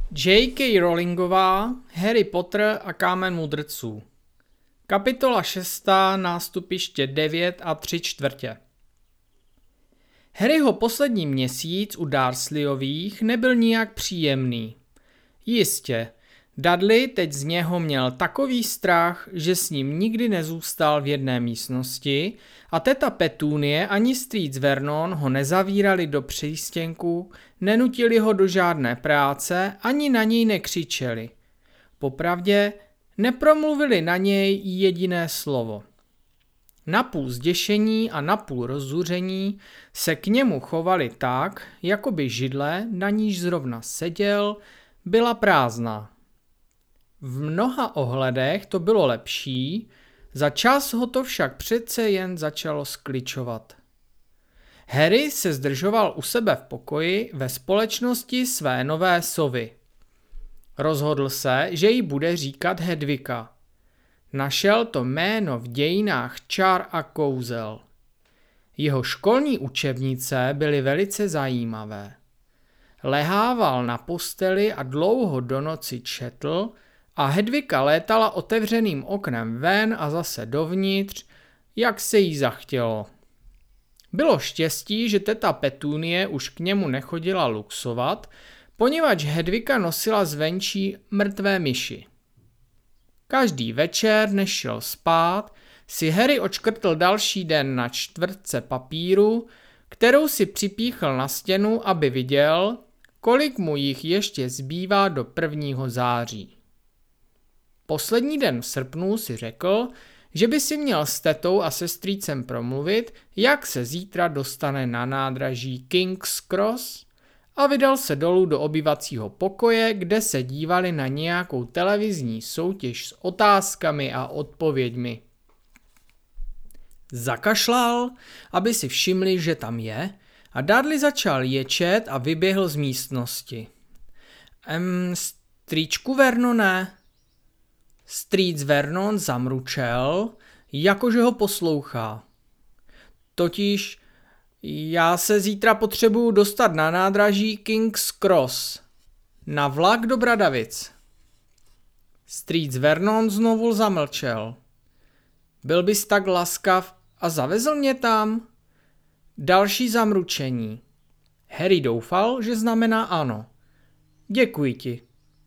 J.K. Rowlingová, Harry Potter a Kámen mudrců. Kapitola 6. Nástupiště 9 a 3/4. Harryho poslední měsíc u Dursleyových nebyl nijak příjemný. Jistě, Dudley teď z něho měl takový strach, že s ním nikdy nezůstal v jedné místnosti a teta Petunie ani strýc Vernon ho nezavírali do přístěnku, nenutili ho do žádné práce, ani na něj nekřičeli. Popravdě nepromluvili na něj jediné slovo. Napůl zděšení a napůl rozzuření se k němu chovali tak, jako by židle, na níž zrovna seděl, byla prázdná. V mnoha ohledech to bylo lepší, za čas ho to však přece jen začalo skličovat. Harry se zdržoval u sebe v pokoji ve společnosti své nové sovy. Rozhodl se, že jí bude říkat Hedvika. Našel to jméno v dějinách čar a kouzel. Jeho školní učebnice byly velice zajímavé. Lehával na posteli a dlouho do noci četl a Hedvika létala otevřeným oknem ven a zase dovnitř, jak se jí zachtělo. Bylo štěstí, že teta Petunie už k němu nechodila luxovat, poněvadž Hedvika nosila zvenčí mrtvé myši. Každý večer, než šel spát, si Harry odškrtl další den na čtvrtce papíru, kterou si připíchl na stěnu, aby viděl, kolik mu jich ještě zbývá do 1. září. Poslední den v srpnu si řekl, že by si měl s tetou a sestřícem promluvit, jak se zítra dostane na nádraží King's Cross, a vydal se dolů do obývacího pokoje, kde se dívali na nějakou televizní soutěž s otázkami a odpověďmi. Zakašlal, aby si všimli, že tam je, a Dudley začal ječet a vyběhl z místnosti. Strýčku Vernone? Strýc Vernon zamručel, jakože ho poslouchá. Totiž já se zítra potřebuju dostat na nádraží King's Cross. Na vlak do Bradavic. Strýc Vernon znovu zamlčel. Byl bys tak laskav a zavezl mě tam? Další zamručení. Harry doufal, že znamená ano. Děkuji ti.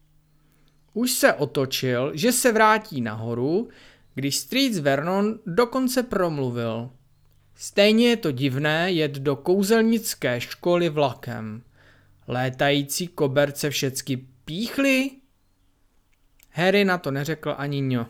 Už se otočil, že se vrátí nahoru, když strýc Vernon dokonce promluvil. Stejně je to divné jet do kouzelnické školy vlakem. Létající koberce všecky píchly? Harry na to neřekl ani ňo.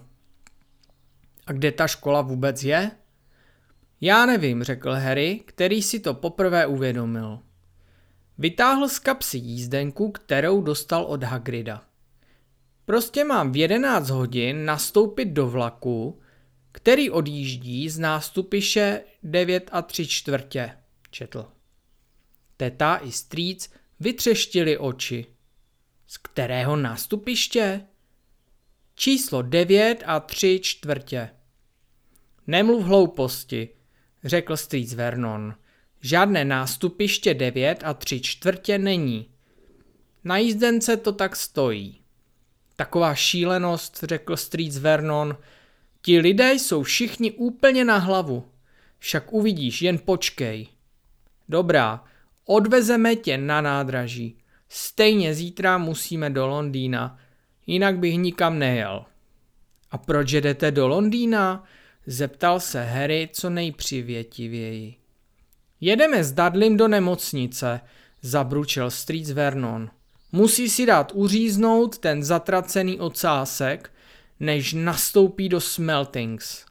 A kde ta škola vůbec je? Já nevím, řekl Harry, který si to poprvé uvědomil. Vytáhl z kapsy jízdenku, kterou dostal od Hagrida. Prostě mám v 11 hodin nastoupit do vlaku, který odjíždí z nástupiště 9 a 3/4, četl. Teta i strýc vytřeštili oči. Z kterého nástupiště? Číslo 9 a 3/4. Nemluv hlouposti, řekl strýc Vernon. Žádné nástupiště 9 a 3/4 není. Na jízdence to tak stojí. Taková šílenost, řekl strýc Vernon. Ti lidé jsou všichni úplně na hlavu. Však uvidíš, jen počkej. Dobrá, odvezeme tě na nádraží. Stejně zítra musíme do Londýna, jinak bych nikam nejel. A proč jdete do Londýna? Zeptal se Harry co nejpřivětivěji. Jedeme s Dudleym do nemocnice, zabručel strýc Vernon. Musí si dát uříznout ten zatracený ocásek, než nastoupí do Smeltings.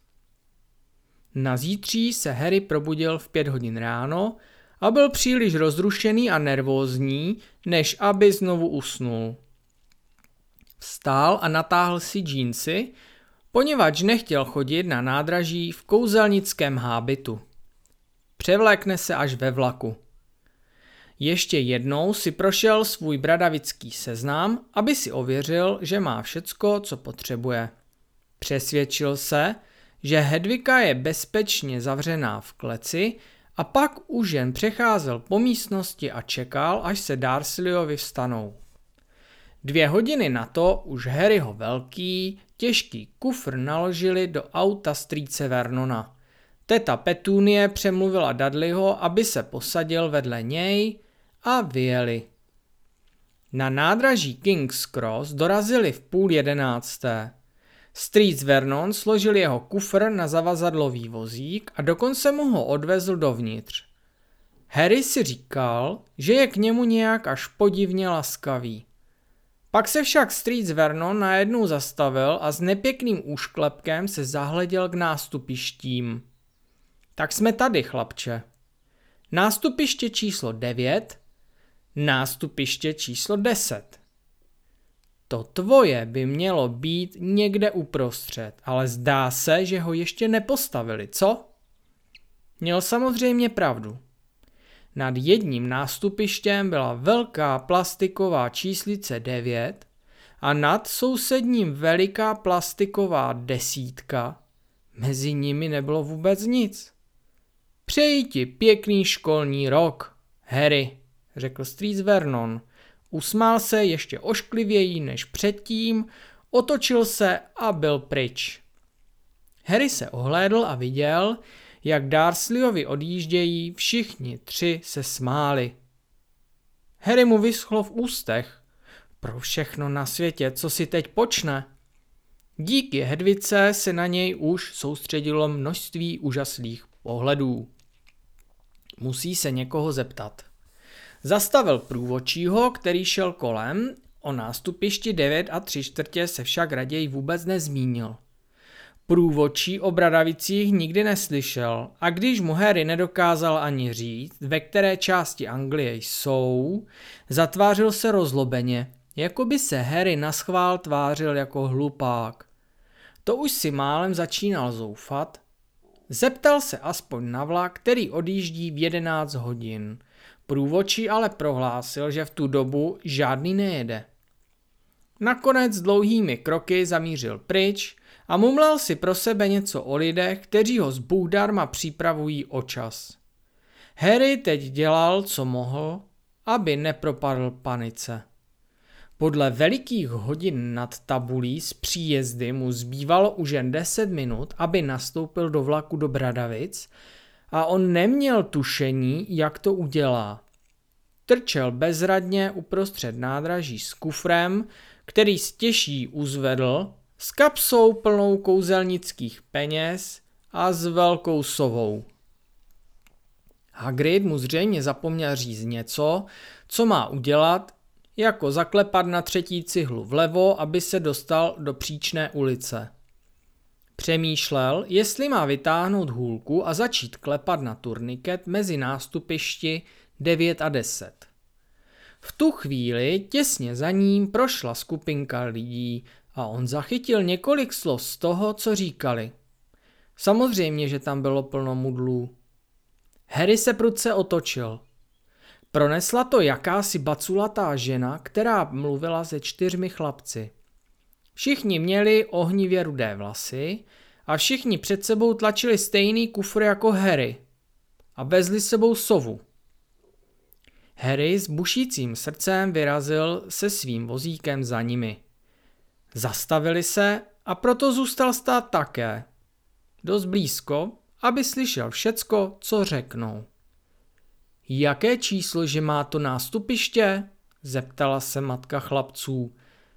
Na zítří se Harry probudil v 5 hodin ráno a byl příliš rozrušený a nervózní, než aby znovu usnul. Vstál a natáhl si džínsy, poněvadž nechtěl chodit na nádraží v kouzelnickém hábitu. Převlékne se až ve vlaku. Ještě jednou si prošel svůj bradavický seznam, aby si ověřil, že má všecko, co potřebuje. Přesvědčil se, že Hedvika je bezpečně zavřená v kleci a pak už jen přecházel po místnosti a čekal, až se Dursleyovi vstanou. 2 hodiny na to už Harryho velký, těžký kufr naložili do auta strýce Vernona. Teta Petunie přemluvila Dudleyho, aby se posadil vedle něj a vyjeli. Na nádraží King's Cross dorazili v 10:30. Strýc Vernon složil jeho kufr na zavazadlový vozík a dokonce mu ho odvezl dovnitř. Harry si říkal, že je k němu nějak až podivně laskavý. Pak se však strýc Vernon najednou zastavil a s nepěkným úšklepkem se zahleděl k nástupištím. Tak jsme tady, chlapče. Nástupiště číslo 9, nástupiště číslo 10. To tvoje by mělo být někde uprostřed, ale zdá se, že ho ještě nepostavili, co? Měl samozřejmě pravdu. Nad jedním nástupištěm byla velká plastiková číslice 9 a nad sousedním veliká plastiková 10. Mezi nimi nebylo vůbec nic. Přeji ti pěkný školní rok, Harry, řekl strýc Vernon. Usmál se ještě ošklivěji než předtím, otočil se a byl pryč. Harry se ohlédl a viděl, jak Dursleyovi odjíždějí, všichni 3 se smáli. Harry mu vyschlo v ústech. Pro všechno na světě, co si teď počne. Díky Hedvice se na něj už soustředilo množství úžasných pohledů. Musí se někoho zeptat. Zastavil průvodčího, který šel kolem, o nástupišti 9 3/4 se však raději vůbec nezmínil. Průvodčí o Bradavicích nikdy neslyšel a když mu Harry nedokázal ani říct, ve které části Anglie jsou, zatvářil se rozlobeně, jako by se Harry naschvál tvářil jako hlupák. To už si málem začínal zoufat. Zeptal se aspoň na vlak, který odjíždí v 11 hodin. Průvodčí ale prohlásil, že v tu dobu žádný nejede. Nakonec dlouhými kroky zamířil pryč a mumlal si pro sebe něco o lidech, kteří ho zbůhdarma připravují o čas. Harry teď dělal, co mohl, aby nepropadl panice. Podle velikých hodin nad tabulí s příjezdy mu zbývalo už jen 10 minut, aby nastoupil do vlaku do Bradavic a on neměl tušení, jak to udělá. Trčel bezradně uprostřed nádraží s kufrem, který stěží uzvedl, s kapsou plnou kouzelnických peněz a s velkou sovou. Hagrid mu zřejmě zapomněl říct něco, co má udělat, jako zaklepat na 3. cihlu vlevo, aby se dostal do příčné ulice. Přemýšlel, jestli má vytáhnout hůlku a začít klepat na turniket mezi nástupišti 9 a 10. V tu chvíli těsně za ním prošla skupinka lidí a on zachytil několik slov z toho, co říkali. Samozřejmě, že tam bylo plno mudlů. Harry se prudce otočil. Pronesla to jakási baculatá žena, která mluvila se 4 chlapci. Všichni měli ohnivě rudé vlasy a všichni před sebou tlačili stejný kufr jako Harry a vezli sebou sovu. Harry s bušícím srdcem vyrazil se svým vozíkem za nimi. Zastavili se a proto zůstal stát také. Dost blízko, aby slyšel všecko, co řeknou. Jaké číslo, že má to nástupiště? Zeptala se matka chlapců.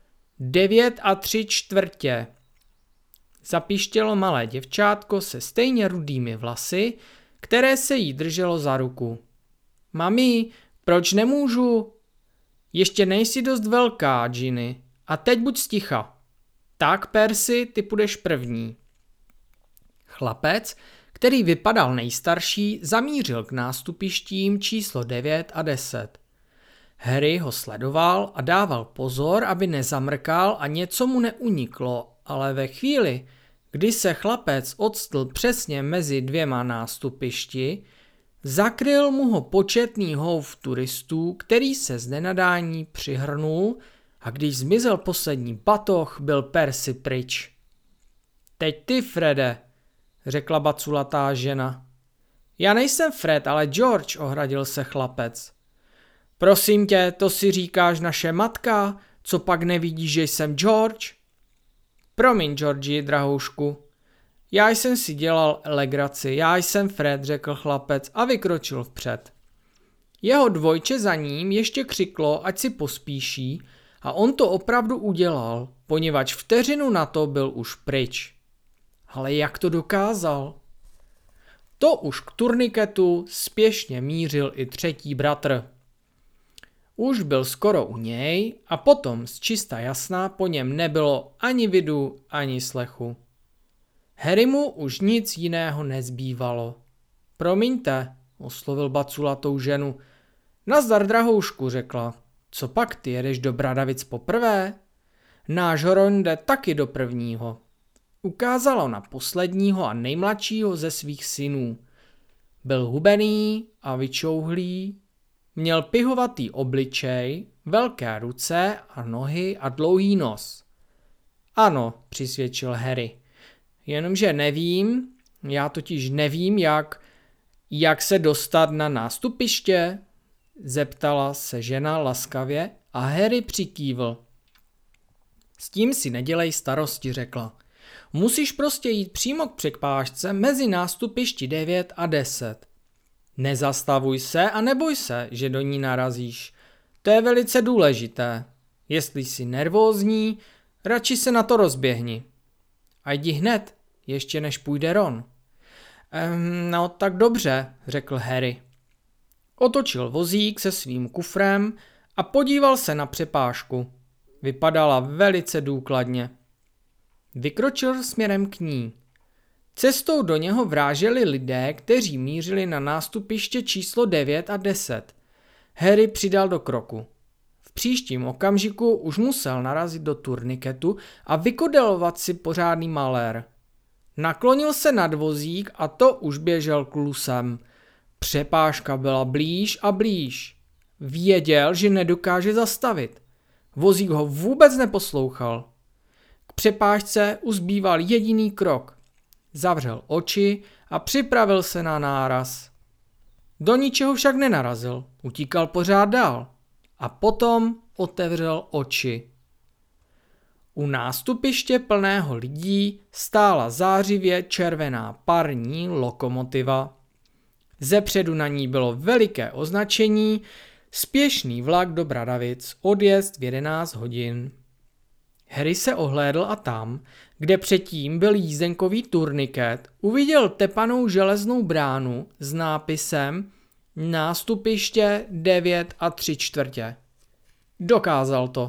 9 3/4. Zapištělo malé děvčátko se stejně rudými vlasy, které se jí drželo za ruku. Mami, proč nemůžu? Ještě nejsi dost velká, Ginny. A teď buď sticha. Tak, Percy, ty půjdeš první. Chlapec, který vypadal nejstarší, zamířil k nástupištím číslo 9 a 10. Harry ho sledoval a dával pozor, aby nezamrkal a něco mu neuniklo, ale ve chvíli, kdy se chlapec odstl přesně mezi 2 nástupišti, zakryl mu ho početný houv turistů, který se z nenadání přihrnul a když zmizel poslední batoh, byl Percy pryč. Teď ty, Frede, řekla baculatá žena. Já nejsem Fred, ale George, ohradil se chlapec. Prosím tě, to si říkáš naše matka, Co pak nevidíš, že jsem George? Promiň, Georgi, drahoušku. Já jsem si dělal legraci, já jsem Fred, řekl chlapec a vykročil vpřed. Jeho dvojče za ním ještě křiklo, ať si pospíší, a on to opravdu udělal, poněvadž vteřinu na to byl už pryč. Ale jak to dokázal? To už k turniketu spěšně mířil i třetí bratr. Už byl skoro u něj a potom z čista jasna po něm nebylo ani vidu, ani slechu. Harrymu už nic jiného nezbývalo. Promiňte, oslovil baculatou ženu. Nazdar, drahoušku, řekla. Co pak, ty jedeš do Bradavic poprvé? Náš Horon jde taky do prvního. Ukázala na posledního a nejmladšího ze svých synů. Byl hubený a vyčouhlý, měl pihovatý obličej, velké ruce a nohy a dlouhý nos. Ano, přisvědčil Harry. Jenomže nevím, já totiž nevím, jak se dostat na nástupiště, zeptala se žena laskavě a Harry přikývl. S tím si nedělej starosti, řekla. Musíš prostě jít přímo k překpážce mezi nástupišti 9 a 10. Nezastavuj se a neboj se, že do ní narazíš. To je velice důležité. Jestli jsi nervózní, radši se na to rozběhni. A jdi hned, ještě než půjde Ron. No tak dobře, řekl Harry. Otočil vozík se svým kufrem a podíval se na přepážku. Vypadala velice důkladně. Vykročil směrem k ní. Cestou do něho vráželi lidé, kteří mířili na nástupiště číslo 9 a 10. Harry přidal do kroku. V příštím okamžiku už musel narazit do turniketu a vykodelovat si pořádný malér. Naklonil se nad vozík a to už běžel klusem. Přepážka byla blíž a blíž. Věděl, že nedokáže zastavit. Vozík ho vůbec neposlouchal. K přepážce uzbýval jediný krok. Zavřel oči a připravil se na náraz. Do ničeho však nenarazil, utíkal pořád dál a potom otevřel oči. U nástupiště plného lidí stála zářivě červená parní lokomotiva. Zepředu na ní bylo veliké označení spěšný vlak do Bradavic, odjezd v 11 hodin. Harry se ohlédl a tam, kde předtím byl jízdenkový turniket, uviděl tepanou železnou bránu s nápisem nástupiště 9 a 3/4. Dokázal to.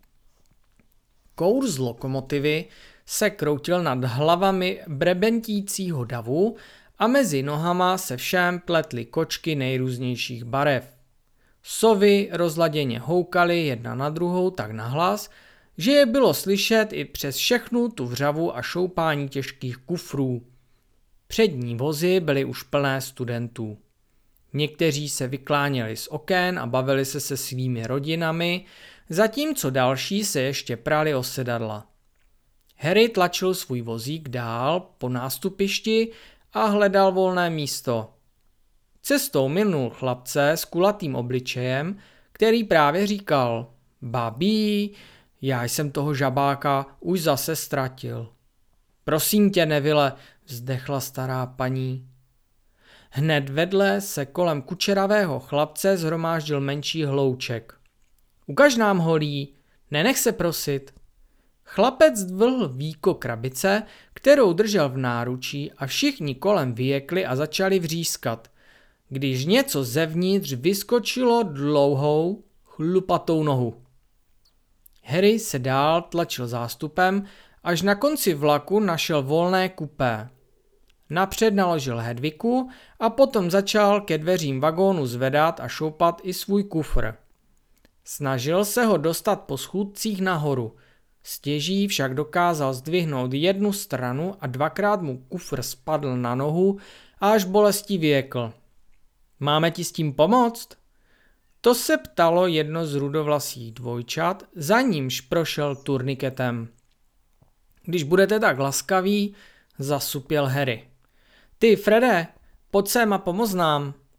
Kour z lokomotivy se kroutil nad hlavami brebentícího davu a mezi nohama se všem pletly kočky nejrůznějších barev. Sovy rozladěně houkaly jedna na druhou tak nahlas, že je bylo slyšet i přes všechnu tu vřavu a šoupání těžkých kufrů. Přední vozy byly už plné studentů. Někteří se vykláněli z oken a bavili se svými rodinami, zatímco další se ještě prali o sedadla. Harry tlačil svůj vozík dál po nástupišti a hledal volné místo. Cestou minul chlapce s kulatým obličejem, který právě říkal: Babí, já jsem toho žabáka už zase ztratil. Prosím tě, Neville, vzdechla stará paní. Hned vedle se kolem kučeravého chlapce zhromáždil menší hlouček. Ukaž nám holí, nenech se prosit. Chlapec zdvihl víko krabice, kterou držel v náručí a všichni kolem vyjekli a začali vřískat, když něco zevnitř vyskočilo dlouhou, chlupatou nohu. Harry se dál tlačil zástupem, až na konci vlaku našel volné kupé. Napřed naložil Hedviku a potom začal ke dveřím vagónu zvedat a šoupat i svůj kufr. Snažil se ho dostat po schůdcích nahoru, stěží však dokázal zdvihnout jednu stranu a dvakrát mu kufr spadl na nohu a až bolestí vyjekl. Máme ti s tím pomoct? To se ptalo jedno z rudovlasých dvojčat, za nímž prošel turniketem. Když budete tak laskaví, zasupěl Harry. Ty, Frede, pojď sem a pomoz nám.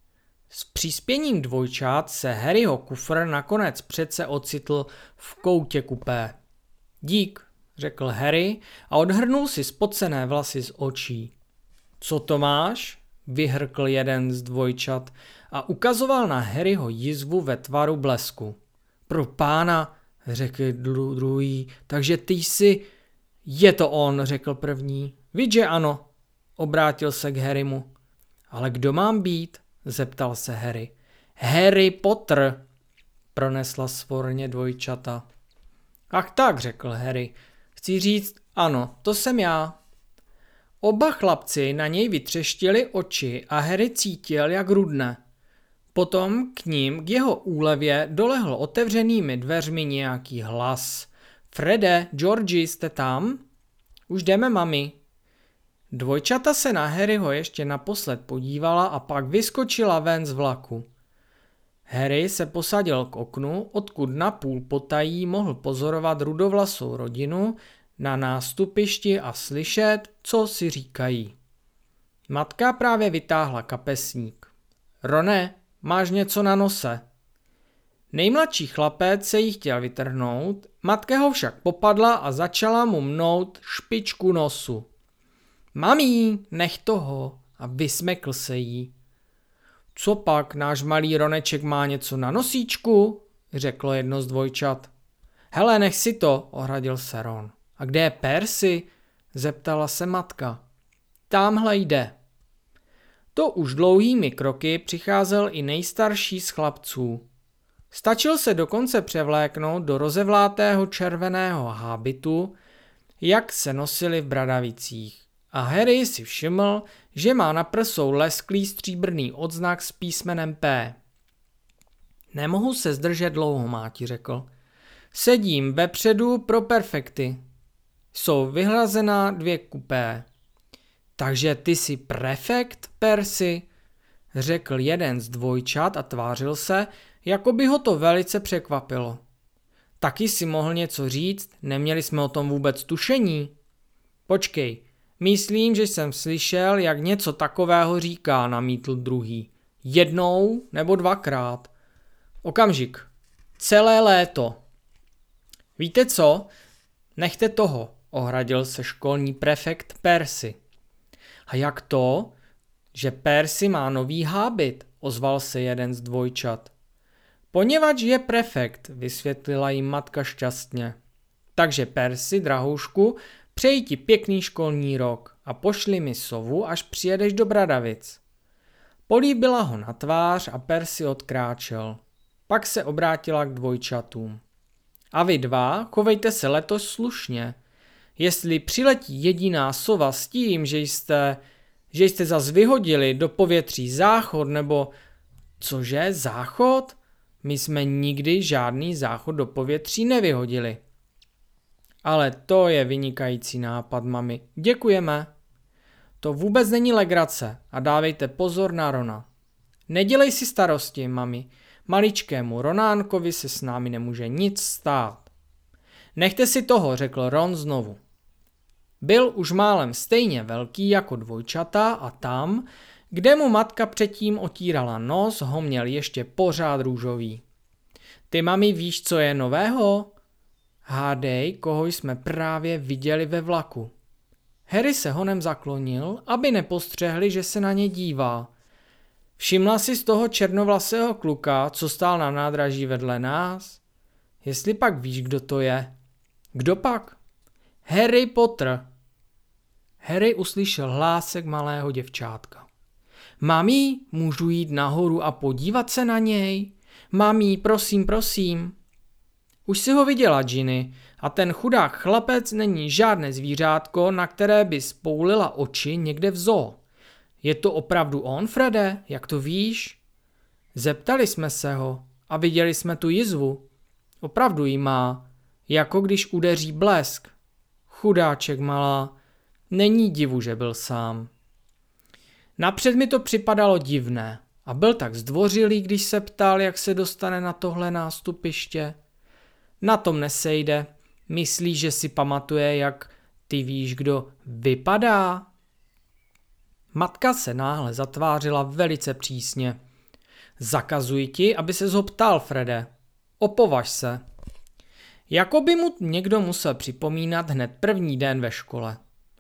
S přispěním dvojčat se Harryho kufr nakonec přece ocitl v koutě kupé. Dík, řekl Harry a odhrnul si spocené vlasy z očí. Co to máš? Vyhrkl jeden z dvojčat a ukazoval na Harryho jizvu ve tvaru blesku. Pro pána, řekl druhý, takže ty jsi... Je to on, řekl první. Víš, že ano, obrátil se k Harrymu. Ale kdo mám být? Zeptal se Harry. Harry Potter, pronesla svorně dvojčata. Ach tak, řekl Harry. Chci říct, ano, to jsem já. Oba chlapci na něj vytřeštili oči a Harry cítil, jak rudne. Potom k ním, k jeho úlevě, dolehl otevřenými dveřmi nějaký hlas. Frede, Georgi, jste tam? Už jdeme, mami. Dvojčata se na Harryho ještě naposled podívala a pak vyskočila ven z vlaku. Harry se posadil k oknu, odkud napůl potají mohl pozorovat rudovlasou rodinu na nástupišti a slyšet, co si říkají. Matka právě vytáhla kapesník. Rone, máš něco na nose? Nejmladší chlapec se jí chtěl vytrhnout, matka ho však popadla a začala mu mnout špičku nosu. Mami, nech toho, a vysmekl se jí. Co pak, náš malý Roneček má něco na nosíčku? Řeklo jedno z dvojčat. Hele, nech si to, ohradil se Ron. A kde je Percy? Zeptala se matka. Támhle jde. To už dlouhými kroky přicházel i nejstarší z chlapců. Stačil se dokonce převléknout do rozevlátého červeného hábitu, jak se nosili v Bradavicích. A Harry si všiml, že má na prsou lesklý stříbrný odznak s písmenem P. Nemohu se zdržet dlouho, máti, řekl. Sedím vepředu pro perfekty. Jsou vyhlazená 2 kupé. Takže ty jsi prefekt, Percy? Řekl jeden z dvojčat a tvářil se, jako by ho to velice překvapilo. Taky si mohl něco říct, neměli jsme o tom vůbec tušení. Počkej, myslím, že jsem slyšel, jak něco takového říká, namítl druhý. 1 nebo 2krát. Okamžik. Celé léto. Víte co? Nechte toho, ohradil se školní prefekt Percy. A jak to, že Percy má nový hábit, ozval se jeden z dvojčat. Poněvadž je prefekt, vysvětlila jim matka šťastně. Takže Percy, drahoušku, přeji ti pěkný školní rok a pošli mi sovu, až přijedeš do Bradavic. Políbila ho na tvář a Percy odkráčel. Pak se obrátila k dvojčatům. A vy 2, chovejte se letos slušně. Jestli přiletí jediná sova s tím, že jste zas vyhodili do povětří záchod nebo... Cože, záchod? My jsme nikdy žádný záchod do povětří nevyhodili. Ale to je vynikající nápad, mami. Děkujeme. To vůbec není legrace a dávejte pozor na Rona. Nedělej si starosti, mami. Maličkému Ronánkovi se s námi nemůže nic stát. Nechte si toho, řekl Ron znovu. Byl už málem stejně velký jako dvojčata a tam, kde mu matka předtím otírala nos, ho měl ještě pořád růžový. Ty, mami, víš, co je nového? Hádej, koho jsme právě viděli ve vlaku. Harry se honem zaklonil, aby nepostřehli, že se na ně dívá. Všimla si z toho černovlasého kluka, co stál na nádraží vedle nás? Jestli pak víš, kdo to je. Kdo pak? Harry Potter. Harry uslyšel hlásek malého děvčátka. Mami, můžu jít nahoru a podívat se na něj? Mami, prosím, prosím. Už si ho viděla, Ginny, a ten chudák chlapec není žádné zvířátko, na které by spoulila oči někde v zoo. Je to opravdu on, Frede, jak to víš? Zeptali jsme se ho a viděli jsme tu jizvu. Opravdu ji má, jako když udeří blesk. Chudáček malá, není divu, že byl sám. Napřed mi to připadalo divné a byl tak zdvořilý, když se ptal, jak se dostane na tohle nástupiště. Na tom nesejde, myslíš, že si pamatuje, jak ty víš, kdo vypadá? Matka se náhle zatvářila velice přísně. Zakazuji ti, aby ses ho ptal, Frede. Opovaž se. Jako by mu někdo musel připomínat hned první den ve škole.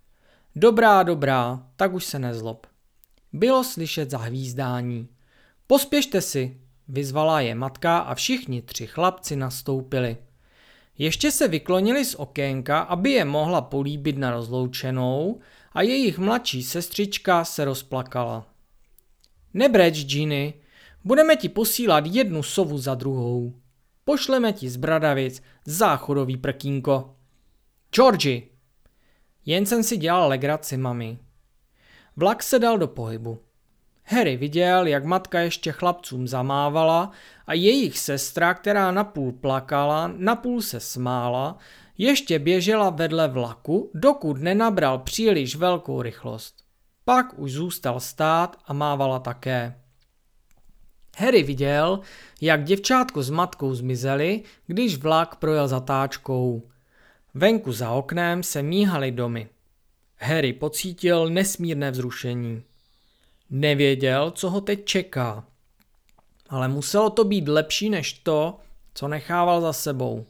Dobrá, tak už se nezlob. Bylo slyšet zahvízdání. Pospěšte si, vyzvala je matka a všichni 3 chlapci nastoupili. Ještě se vyklonili z okénka, aby je mohla políbit na rozloučenou a jejich mladší sestřička se rozplakala. Nebreč, Ginny, budeme ti posílat jednu sovu za druhou. Pošleme ti z Bradavic záchodový prkínko. Georgi! Jen jsem si dělal legraci, mami. Vlak se dal do pohybu. Harry viděl, jak matka ještě chlapcům zamávala a jejich sestra, která napůl plakala, napůl se smála, ještě běžela vedle vlaku, dokud nenabral příliš velkou rychlost. Pak už zůstal stát a mávala také. Harry viděl, jak děvčátko s matkou zmizeli, když vlak projel zatáčkou. Venku za oknem se míhaly domy. Harry pocítil nesmírné vzrušení. Nevěděl, co ho teď čeká, ale muselo to být lepší než to, co nechával za sebou.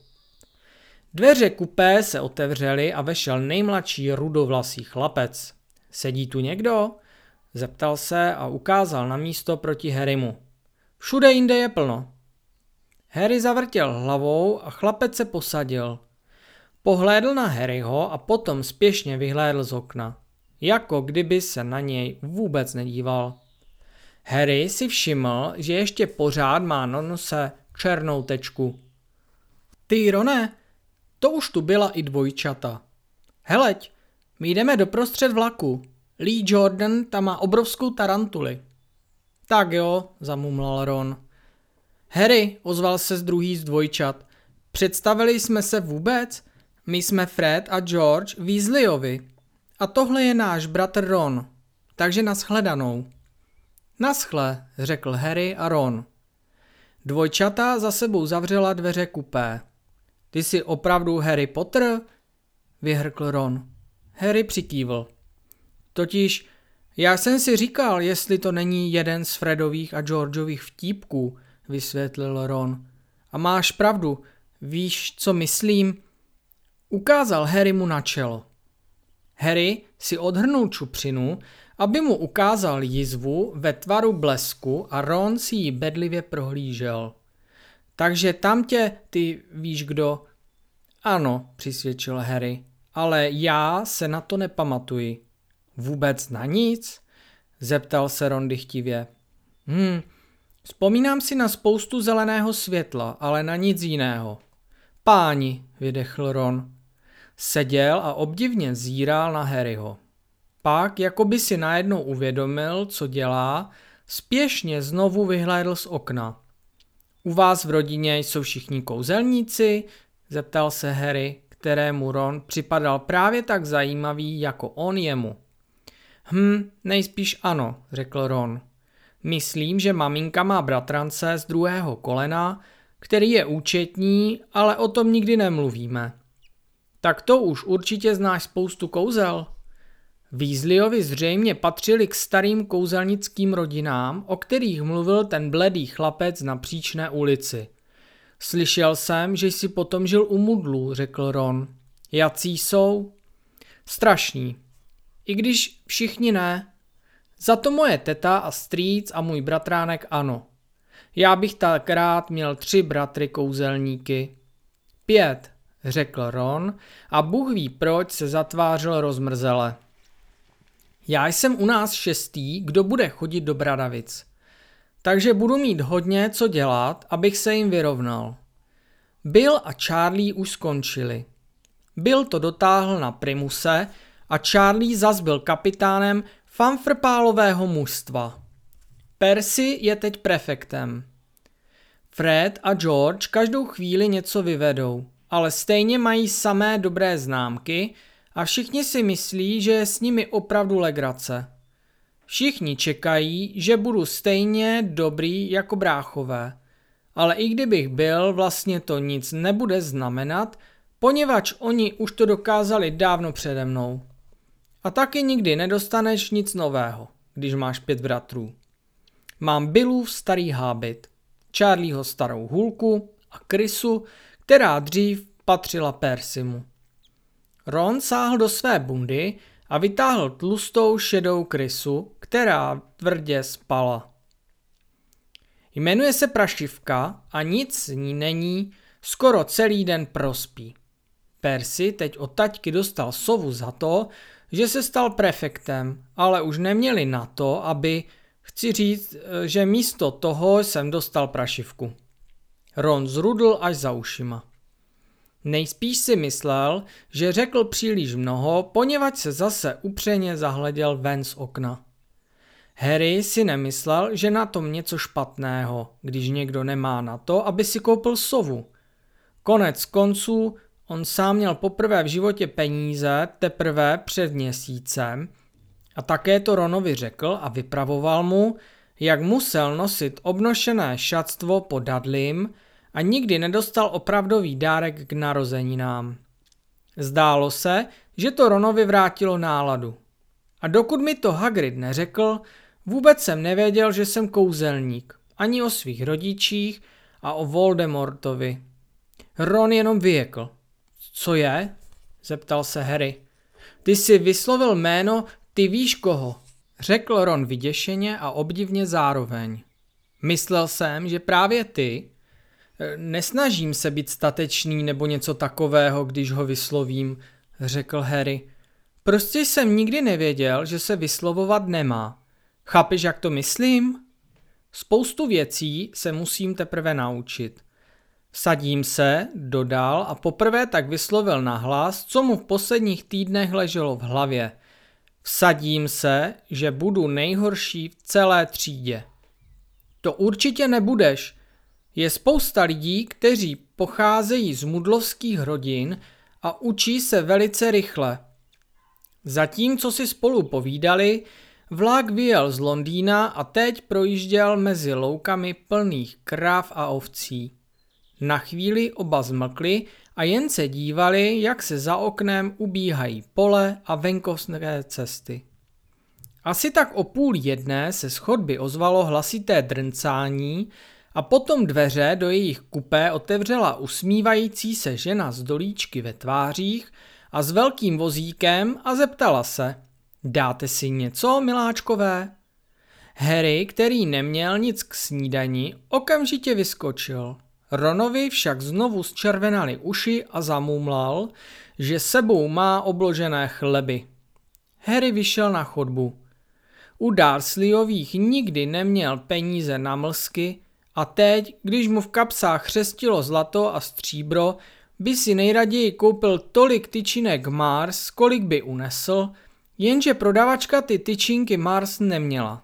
Dveře kupé se otevřely a vešel nejmladší rudovlasý chlapec. Sedí tu někdo? Zeptal se a ukázal na místo proti Harrymu. Všude jinde je plno. Harry zavrtěl hlavou a chlapec se posadil. Pohlédl na Harryho a potom spěšně vyhlédl z okna. Jako kdyby se na něj vůbec nedíval. Harry si všiml, že ještě pořád má na nose černou tečku. Ty, Rone, to už tu byla i dvojčata. Heleď, my jdeme doprostřed vlaku. Lee Jordan tam má obrovskou tarantuli. Tak jo, zamumlal Ron. Harry, ozval se z druhý z dvojčat. Představili jsme se vůbec? My jsme Fred a George Weasleyovi. A tohle je náš bratr Ron. Takže nashledanou. Naschle, řekl Harry a Ron. Dvojčata za sebou zavřela dveře kupé. Ty jsi opravdu Harry Potter? Vyhrkl Ron. Harry přikývl. Totiž já jsem si říkal, jestli to není jeden z Fredových a Georgeových vtípků, vysvětlil Ron. A máš pravdu, víš, co myslím? Ukázal Harry mu na čelo. Harry si odhrnul čupřinu, aby mu ukázal jizvu ve tvaru blesku a Ron si ji bedlivě prohlížel. Takže tam tě, ty víš kdo? Ano, přisvědčil Harry, ale já se na to nepamatuji. Vůbec na nic? Zeptal se Ron dychtivě. Vzpomínám si na spoustu zeleného světla, ale na nic jiného. Páni, vydechl Ron. Seděl a obdivně zíral na Harryho. Pak, jako by si najednou uvědomil, co dělá, spěšně znovu vyhlédl z okna. U vás v rodině jsou všichni kouzelníci? Zeptal se Harry, kterému Ron připadal právě tak zajímavý jako on jemu. Nejspíš ano, řekl Ron. Myslím, že maminka má bratrance z druhého kolena, který je účetní, ale o tom nikdy nemluvíme. Tak to už určitě znáš spoustu kouzel. Weasleyovi zřejmě patřili k starým kouzelnickým rodinám, o kterých mluvil ten bledý chlapec na Příčné ulici. Slyšel jsem, že jsi potom žil u mudlů, řekl Ron. Jací jsou? Strašní. I když všichni ne. Za to moje teta a strýc a můj bratránek ano. Já bych tak rád měl 3 bratry kouzelníky. 5, řekl Ron a Bůh ví proč se zatvářel rozmrzele. Já jsem u nás 6., kdo bude chodit do Bradavic. Takže budu mít hodně co dělat, abych se jim vyrovnal. Bill a Charlie už skončili. Bill to dotáhl na primuse a Charlie zas byl kapitánem fanfrpálového mužstva. Percy je teď prefektem. Fred a George každou chvíli něco vyvedou, ale stejně mají samé dobré známky a všichni si myslí, že je s nimi opravdu legrace. Všichni čekají, že budu stejně dobrý jako bráchové, ale i kdybych byl, vlastně to nic nebude znamenat, poněvadž oni už to dokázali dávno přede mnou. A taky nikdy nedostaneš nic nového, když máš 5 bratrů. Mám Billův starý hábit, Charlieho starou hůlku a krysu, která dřív patřila Percymu. Ron sáhl do své bundy a vytáhl tlustou šedou krysu, která tvrdě spala. Jmenuje se Prašivka a nic z ní není, skoro celý den prospí. Percy teď od taťky dostal sovu za to, že se stal prefektem, ale už neměli na to, aby, chci říct, že místo toho jsem dostal Prašivku. Ron zrudl až za ušima. Nejspíš si myslel, že řekl příliš mnoho, poněvadž se zase upřeně zahleděl ven z okna. Harry si nemyslel, že na tom něco špatného, když někdo nemá na to, aby si koupil sovu. Konec konců, on sám měl poprvé v životě peníze teprve před měsícem a také to Ronovi řekl a vypravoval mu, jak musel nosit obnošené šatstvo po Dudleym a nikdy nedostal opravdový dárek k narozeninám. Zdálo se, že to Ronovi vrátilo náladu. A dokud mi to Hagrid neřekl, vůbec jsem nevěděl, že jsem kouzelník, ani o svých rodičích a o Voldemortovi. Ron jenom vyjekl. Co je? Zeptal se Harry. Ty jsi vyslovil jméno, ty víš koho, řekl Ron vyděšeně a obdivně zároveň. Myslel jsem, že právě ty. Nesnažím se být statečný nebo něco takového, když ho vyslovím, řekl Harry. Prostě jsem nikdy nevěděl, že se vyslovovat nemá. Chápeš, jak to myslím? Spoustu věcí se musím teprve naučit. Vsadím se, dodal a poprvé tak vyslovil nahlas, co mu v posledních týdnech leželo v hlavě. Vsadím se, že budu nejhorší v celé třídě. To určitě nebudeš. Je spousta lidí, kteří pocházejí z mudlovských rodin a učí se velice rychle. Zatímco si spolu povídali, vlak vyjel z Londýna a teď projížděl mezi loukami plných kráv a ovcí. Na chvíli oba zmlkli a jen se dívali, jak se za oknem ubíhají pole a venkovské cesty. Asi tak o 12:30 se z chodby ozvalo hlasité drncání a potom dveře do jejich kupé otevřela usmívající se žena s dolíčky ve tvářích a s velkým vozíkem a zeptala se: Dáte si něco, miláčkové? Harry, který neměl nic k snídani, okamžitě vyskočil. Ronovi však znovu zčervenaly uši a zamumlal, že sebou má obložené chleby. Harry vyšel na chodbu. U Dursleyových nikdy neměl peníze na mlsky a teď, když mu v kapsách chřestilo zlato a stříbro, by si nejraději koupil tolik tyčinek Mars, kolik by unesl, jenže prodavačka ty tyčinky Mars neměla.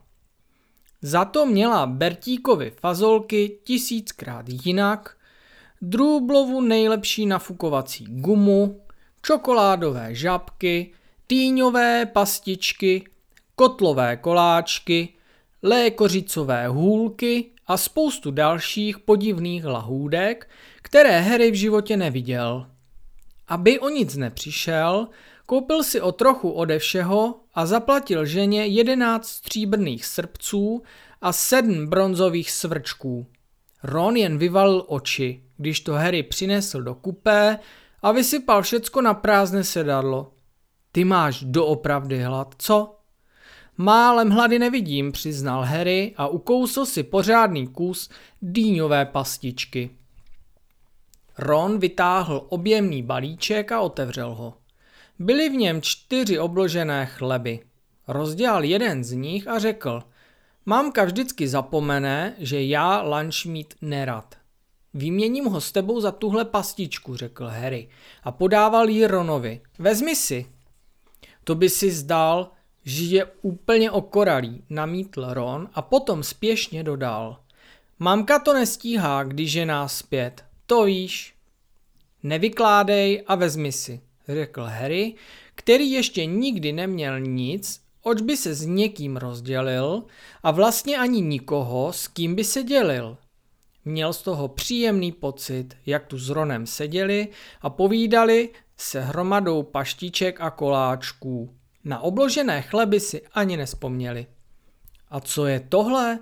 Za to měla Bertíkovy fazolky 1000krát jinak, Drůblovu nejlepší nafukovací gumu, čokoládové žabky, týňové pastičky, kotlové koláčky, lékořicové hůlky a spoustu dalších podivných lahůdek, které Harry v životě neviděl. Aby o nic nepřišel, koupil si o trochu ode všeho a zaplatil ženě 11 stříbrných srpců a 7 bronzových svrčků. Ron jen vyvalil oči, když to Harry přinesl do kupé a vysypal všecko na prázdné sedadlo. Ty máš doopravdy hlad, co? Málem hlady nevidím, přiznal Harry a ukousl si pořádný kus dýňové pastičky. Ron vytáhl objemný balíček a otevřel ho. Byly v něm 4 obložené chleby. Rozdělal jeden z nich a řekl: Mámka vždycky zapomene, že já lunch mít nerad. Vyměním ho s tebou za tuhle pastičku, řekl Harry a podával ji Ronovi. Vezmi si. To by si zdal, že je úplně okoralý, namítl Ron a potom spěšně dodal: Mamka to nestíhá, když je nás zpět, to víš. Nevykládej a vezmi si, řekl Harry, který ještě nikdy neměl nic, oč by se s někým rozdělil a vlastně ani nikoho, s kým by se dělil. Měl z toho příjemný pocit, jak tu s Ronem seděli a povídali se hromadou paštiček a koláčků. Na obložené chleby si ani nespomněli. A co je tohle?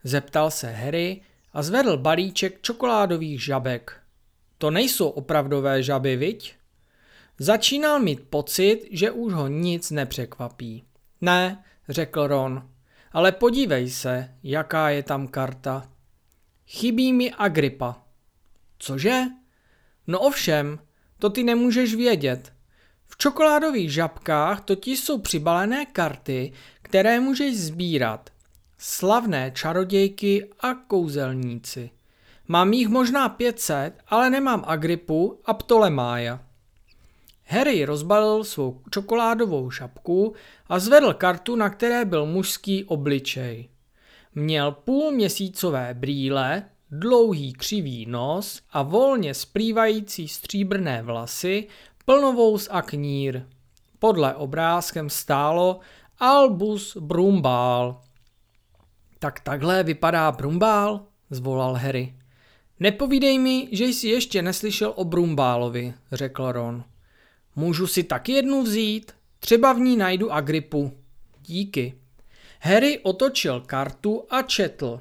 Zeptal se Harry a zvedl balíček čokoládových žabek. To nejsou opravdové žaby, viď? Začínal mít pocit, že už ho nic nepřekvapí. Ne, řekl Ron, ale podívej se, jaká je tam karta. Chybí mi Agrippa. Cože? No ovšem, to ty nemůžeš vědět. V čokoládových žabkách totiž jsou přibalené karty, které můžeš sbírat. Slavné čarodějky a kouzelníci. Mám jich možná 500, ale nemám Agrippu a Ptolemája. Harry rozbalil svou čokoládovou žabku a zvedl kartu, na které byl mužský obličej. Měl půlměsícové brýle, dlouhý křivý nos a volně splývající stříbrné vlasy, plnovous a knír. Podle obrázkem stálo Albus Brumbál. Tak takhle vypadá Brumbál? Zvolal Harry. Nepovídej mi, že jsi ještě neslyšel o Brumbálovi, řekl Ron. Můžu si taky jednu vzít? Třeba v ní najdu Agrippu. Díky. Harry otočil kartu a četl.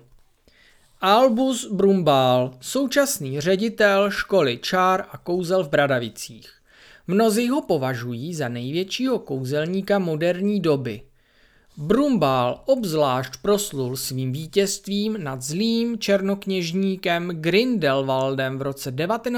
Albus Brumbál, současný ředitel školy čár a kouzel v Bradavicích. Mnozí ho považují za největšího kouzelníka moderní doby. Brumbál obzvlášť proslul svým vítězstvím nad zlým černokněžníkem Grindelwaldem v roce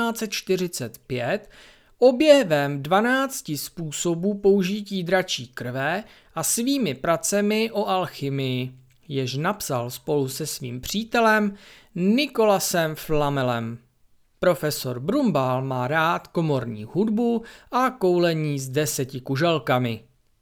1945, objevem 12 způsobů použití dračí krve a svými pracemi o alchymii, jež napsal spolu se svým přítelem Nikolasem Flamelem. Profesor Brumbál má rád komorní hudbu a koulení s 10 kuželkami.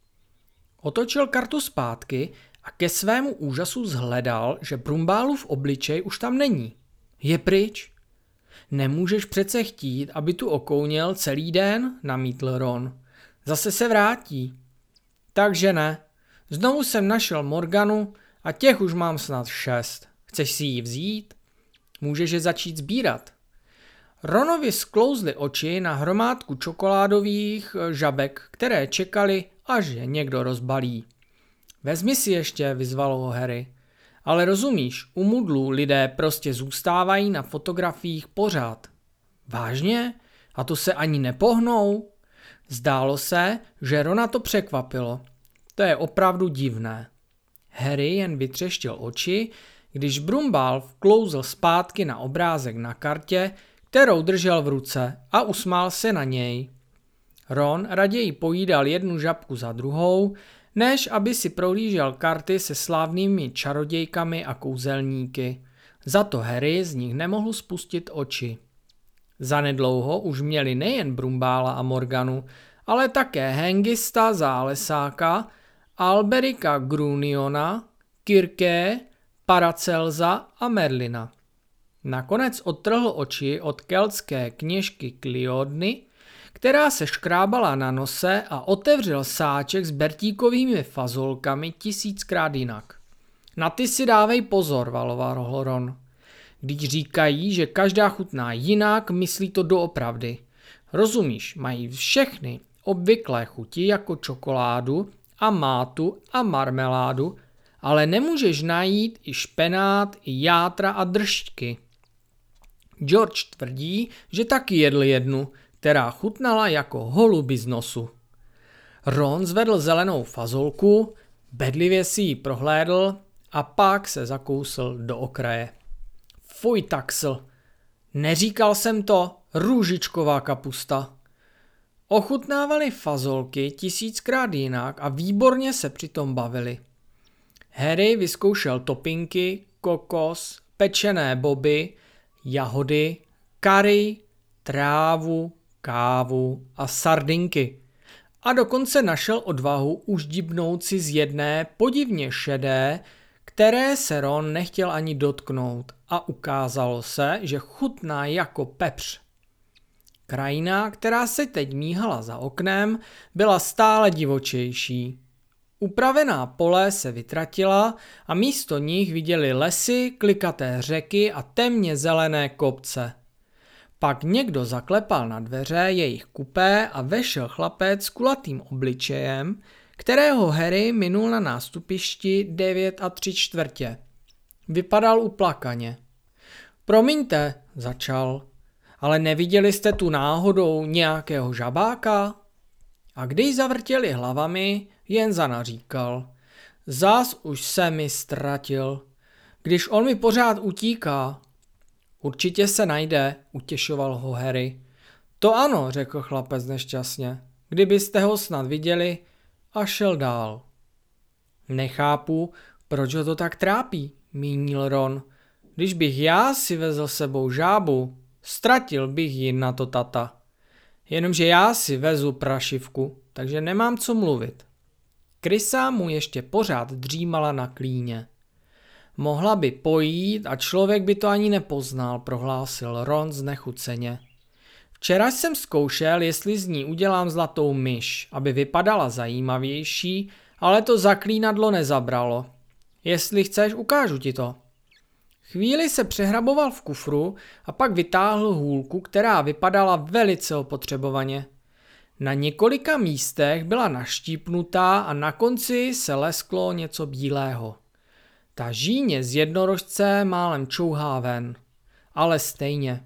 Otočil kartu zpátky a ke svému úžasu shledal, že Brumbálův obličej už tam není. Je pryč. Nemůžeš přece chtít, aby tu okounil celý den, namítl Ron. Zase se vrátí. Takže ne. Znovu jsem našel Morganu a těch už mám snad 6. Chceš si ji vzít? Můžeš je začít sbírat. Ronovi sklouzly oči na hromádku čokoládových žabek, které čekali, až je někdo rozbalí. Vezmi si ještě, vyzvalo ho Harry. Ale rozumíš, u mudlů lidé prostě zůstávají na fotografiích pořád. Vážně? A to se ani nepohnou? Zdálo se, že Rona to překvapilo. To je opravdu divné. Harry jen vytřeštil oči, když Brumbál vklouzl zpátky na obrázek na kartě, kterou držel v ruce, a usmál se na něj. Ron raději pojídal jednu žabku za druhou, než aby si prohlížel karty se slávnými čarodějkami a kouzelníky. Za to Harry z nich nemohl spustit oči. Zanedlouho už měli nejen Brumbála a Morganu, ale také Hengista Zálesáka, Alberika Gruniona, Kirké, Paracelsa a Merlina. Nakonec odtrhl oči od keltské kněžky Kliodny, která se škrábala na nose, a otevřel sáček s bertíkovými fazolkami 1000krát jinak. Na ty si dávej pozor, valoval Ron. Když říkají, že každá chutná jinak, myslí to doopravdy. Rozumíš, mají všechny obvyklé chuti jako čokoládu a mátu a marmeládu, ale nemůžeš najít i špenát, i játra a drštky. George tvrdí, že taky jedl jednu, která chutnala jako holuby z nosu. Ron zvedl zelenou fazolku, bedlivě si ji prohlédl a pak se zakousl do okraje. Fuj, taxl, neříkal jsem to, růžičková kapusta. Ochutnávali fazolky 1000krát jinak a výborně se přitom bavili. Harry vyzkoušel topinky, kokos, pečené boby, jahody, curry, trávu, kávu a sardinky. A dokonce našel odvahu už dibnout si z jedné podivně šedé, které se Ron nechtěl ani dotknout, a ukázalo se, že chutná jako pepř. Krajina, která se teď míhala za oknem, byla stále divočejší. Upravená pole se vytratila a místo nich viděli lesy, klikaté řeky a temně zelené kopce. Pak někdo zaklepal na dveře jejich kupé a vešel chlapec s kulatým obličejem, kterého Harry minul na nástupišti 9 3/4. Vypadal uplakaně. Promiňte, začal, ale neviděli jste tu náhodou nějakého žabáka? A když zavrtěli hlavami, jen zanaříkal. Zas už se mi ztratil. Když on mi pořád utíká. Určitě se najde, utěšoval ho Harry. To ano, řekl chlapec nešťastně. Kdybyste ho snad viděli, a šel dál. Nechápu, proč ho to tak trápí, mínil Ron. Když bych já si vezl sebou žábu, ztratil bych ji na to tata. Jenomže já si vezu prašivku, takže nemám co mluvit. Krysa mu ještě pořád dřímala na klíně. Mohla by pojít a člověk by to ani nepoznal, prohlásil Ron znechuceně. Včera jsem zkoušel, jestli z ní udělám zlatou myš, aby vypadala zajímavější, ale to zaklínadlo nezabralo. Jestli chceš, ukážu ti to. Chvíli se přehraboval v kufru a pak vytáhl hůlku, která vypadala velice opotřebovaně. Na několika místech byla naštípnutá a na konci se lesklo něco bílého. Ta žíně z jednorožce málem čouhá ven, ale stejně.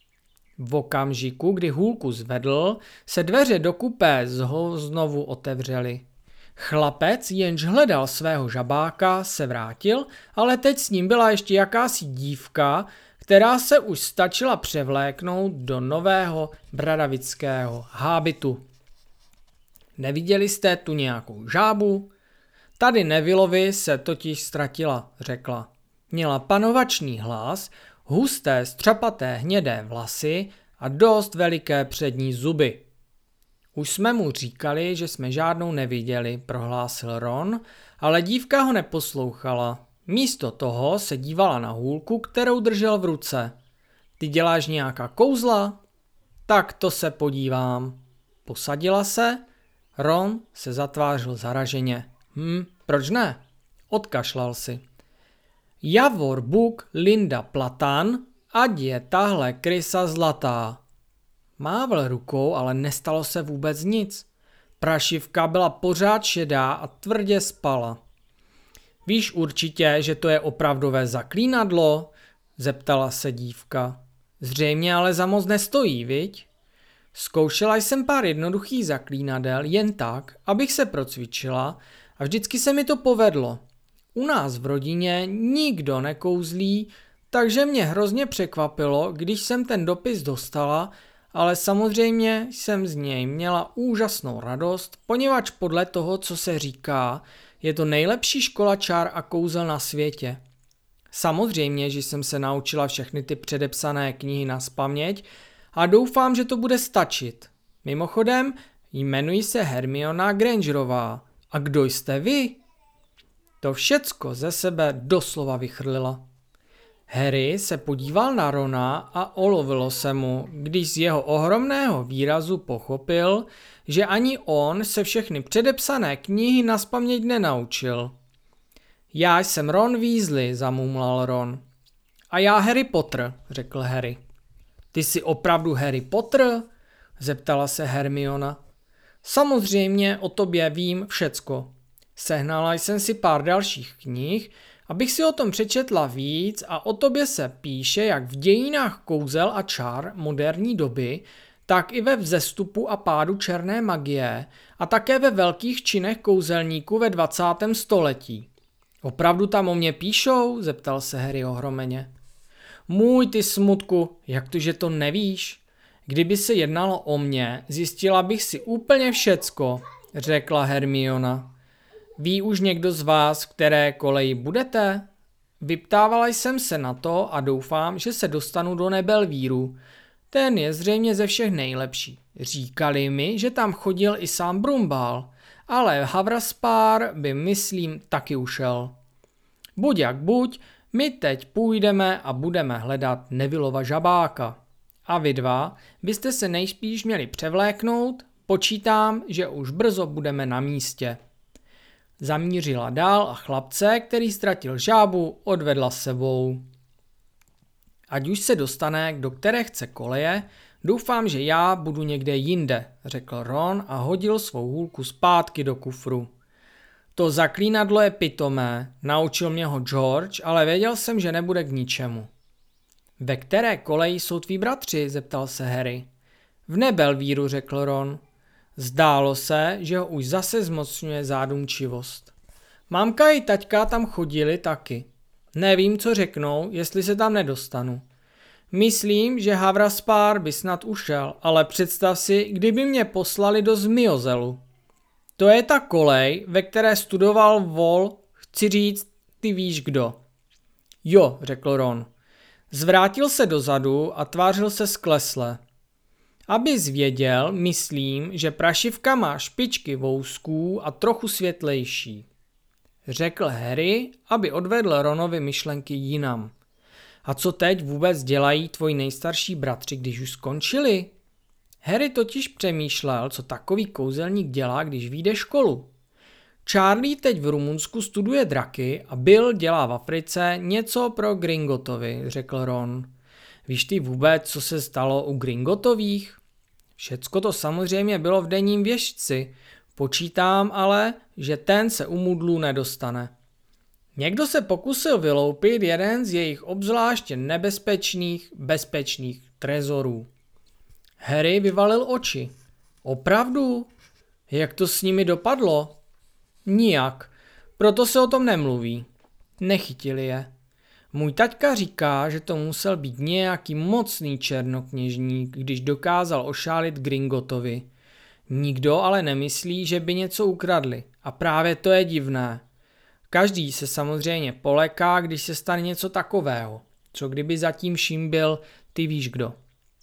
V okamžiku, kdy hůlku zvedl, se dveře do kupé znovu otevřely. Chlapec, jenž hledal svého žabáka, se vrátil, ale teď s ním byla ještě jakási dívka, která se už stačila převléknout do nového bradavického hábitu. Neviděli jste tu nějakou žábu? Tady Nevillovi se totiž ztratila, řekla. Měla panovačný hlas, husté střapaté hnědé vlasy a dost veliké přední zuby. Už jsme mu říkali, že jsme žádnou neviděli, prohlásil Ron, ale dívka ho neposlouchala. Místo toho se dívala na hůlku, kterou držel v ruce. Ty děláš nějaká kouzla? Tak to se podívám. Posadila se? Ron se zatvářil zaraženě. Proč ne? Odkašlal si. Javor Buk Linda Platan, ať je tahle krysa zlatá. Mávl rukou, ale nestalo se vůbec nic. Prašivka byla pořád šedá a tvrdě spala. Víš určitě, že to je opravdové zaklínadlo? Zeptala se dívka. Zřejmě ale za moc nestojí, viď? Zkoušela jsem pár jednoduchých zaklínadel jen tak, abych se procvičila a vždycky se mi to povedlo. U nás v rodině nikdo nekouzlí, takže mě hrozně překvapilo, když jsem ten dopis dostala, ale samozřejmě jsem z něj měla úžasnou radost, poněvadž podle toho, co se říká, je to nejlepší škola čár a kouzel na světě. Samozřejmě, že jsem se naučila všechny ty předepsané knihy nazpaměť a doufám, že to bude stačit. Mimochodem, jmenuji se Hermiona Grangerová. A kdo jste vy? To všecko ze sebe doslova vychrlila. Harry se podíval na Rona a olovilo se mu, když z jeho ohromného výrazu pochopil, že ani on se všechny předepsané knihy nazpaměť nenaučil. Já jsem Ron Weasley, zamumlal Ron. A já Harry Potter, řekl Harry. Ty jsi opravdu Harry Potter? Zeptala se Hermiona. Samozřejmě o tobě vím všecko. Sehnala jsem si pár dalších knih, abych si o tom přečetla víc a o tobě se píše jak v dějinách kouzel a čar moderní doby, tak i ve vzestupu a pádu černé magie a také ve velkých činech kouzelníků ve 20. století. Opravdu tam o mě píšou? Zeptal se Harry ohromeně. Můj ty smutku, jak to, že to nevíš? Kdyby se jednalo o mě, zjistila bych si úplně všecko, řekla Hermiona. Ví už někdo z vás, v které koleji budete? Vyptávala jsem se na to a doufám, že se dostanu do Nebelvíru. Ten je zřejmě ze všech nejlepší. Říkali mi, že tam chodil i sám Brumbál, ale Havraspár by, myslím, taky ušel. Buď jak buď, my teď půjdeme a budeme hledat Nevillova žabáka. A vy dva byste se nejspíš měli převléknout, počítám, že už brzo budeme na místě. Zamířila dál a chlapce, který ztratil žábu, odvedla s sebou. Ať už se dostane do které chce koleje, doufám, že já budu někde jinde, řekl Ron a hodil svou hůlku zpátky do kufru. To zaklínadlo je pitomé, naučil mě ho George, ale věděl jsem, že nebude k ničemu. Ve které koleji jsou tví bratři? Zeptal se Harry. V Nebelvíru, řekl Ron. Zdálo se, že ho už zase zmocňuje zádumčivost. Mámka i taťka tam chodili taky. Nevím, co řeknou, jestli se tam nedostanu. Myslím, že Havraspár by snad ušel, ale představ si, kdyby mě poslali do Zmiozelu. To je ta kolej, ve které studoval Vol, chci říct, ty víš kdo. Jo, řekl Ron. Zvrátil se dozadu a tvářil se sklesle. Abys věděl, myslím, že prašivka má špičky vousků a trochu světlejší. Řekl Harry, aby odvedl Ronovi myšlenky jinam. A co teď vůbec dělají tvoji nejstarší bratři, když už skončili? Harry totiž přemýšlel, co takový kouzelník dělá, když vyjde školu. Charlie teď v Rumunsku studuje draky a Bill dělá v Africe něco pro Gringotovi, řekl Ron. Víš ty vůbec, co se stalo u Gringotových? Všecko to samozřejmě bylo v denním věžci. Počítám ale, že ten se u mudlů nedostane. Někdo se pokusil vyloupit jeden z jejich obzvláště bezpečných trezorů. Harry vyvalil oči. Opravdu? Jak to s nimi dopadlo? Nijak, proto se o tom nemluví. Nechytili je. Můj taťka říká, že to musel být nějaký mocný černokněžník, když dokázal ošálit Gringotovi. Nikdo ale nemyslí, že by něco ukradli. A právě to je divné. Každý se samozřejmě poleká, když se stane něco takového. Co kdyby zatím vším byl, ty víš kdo.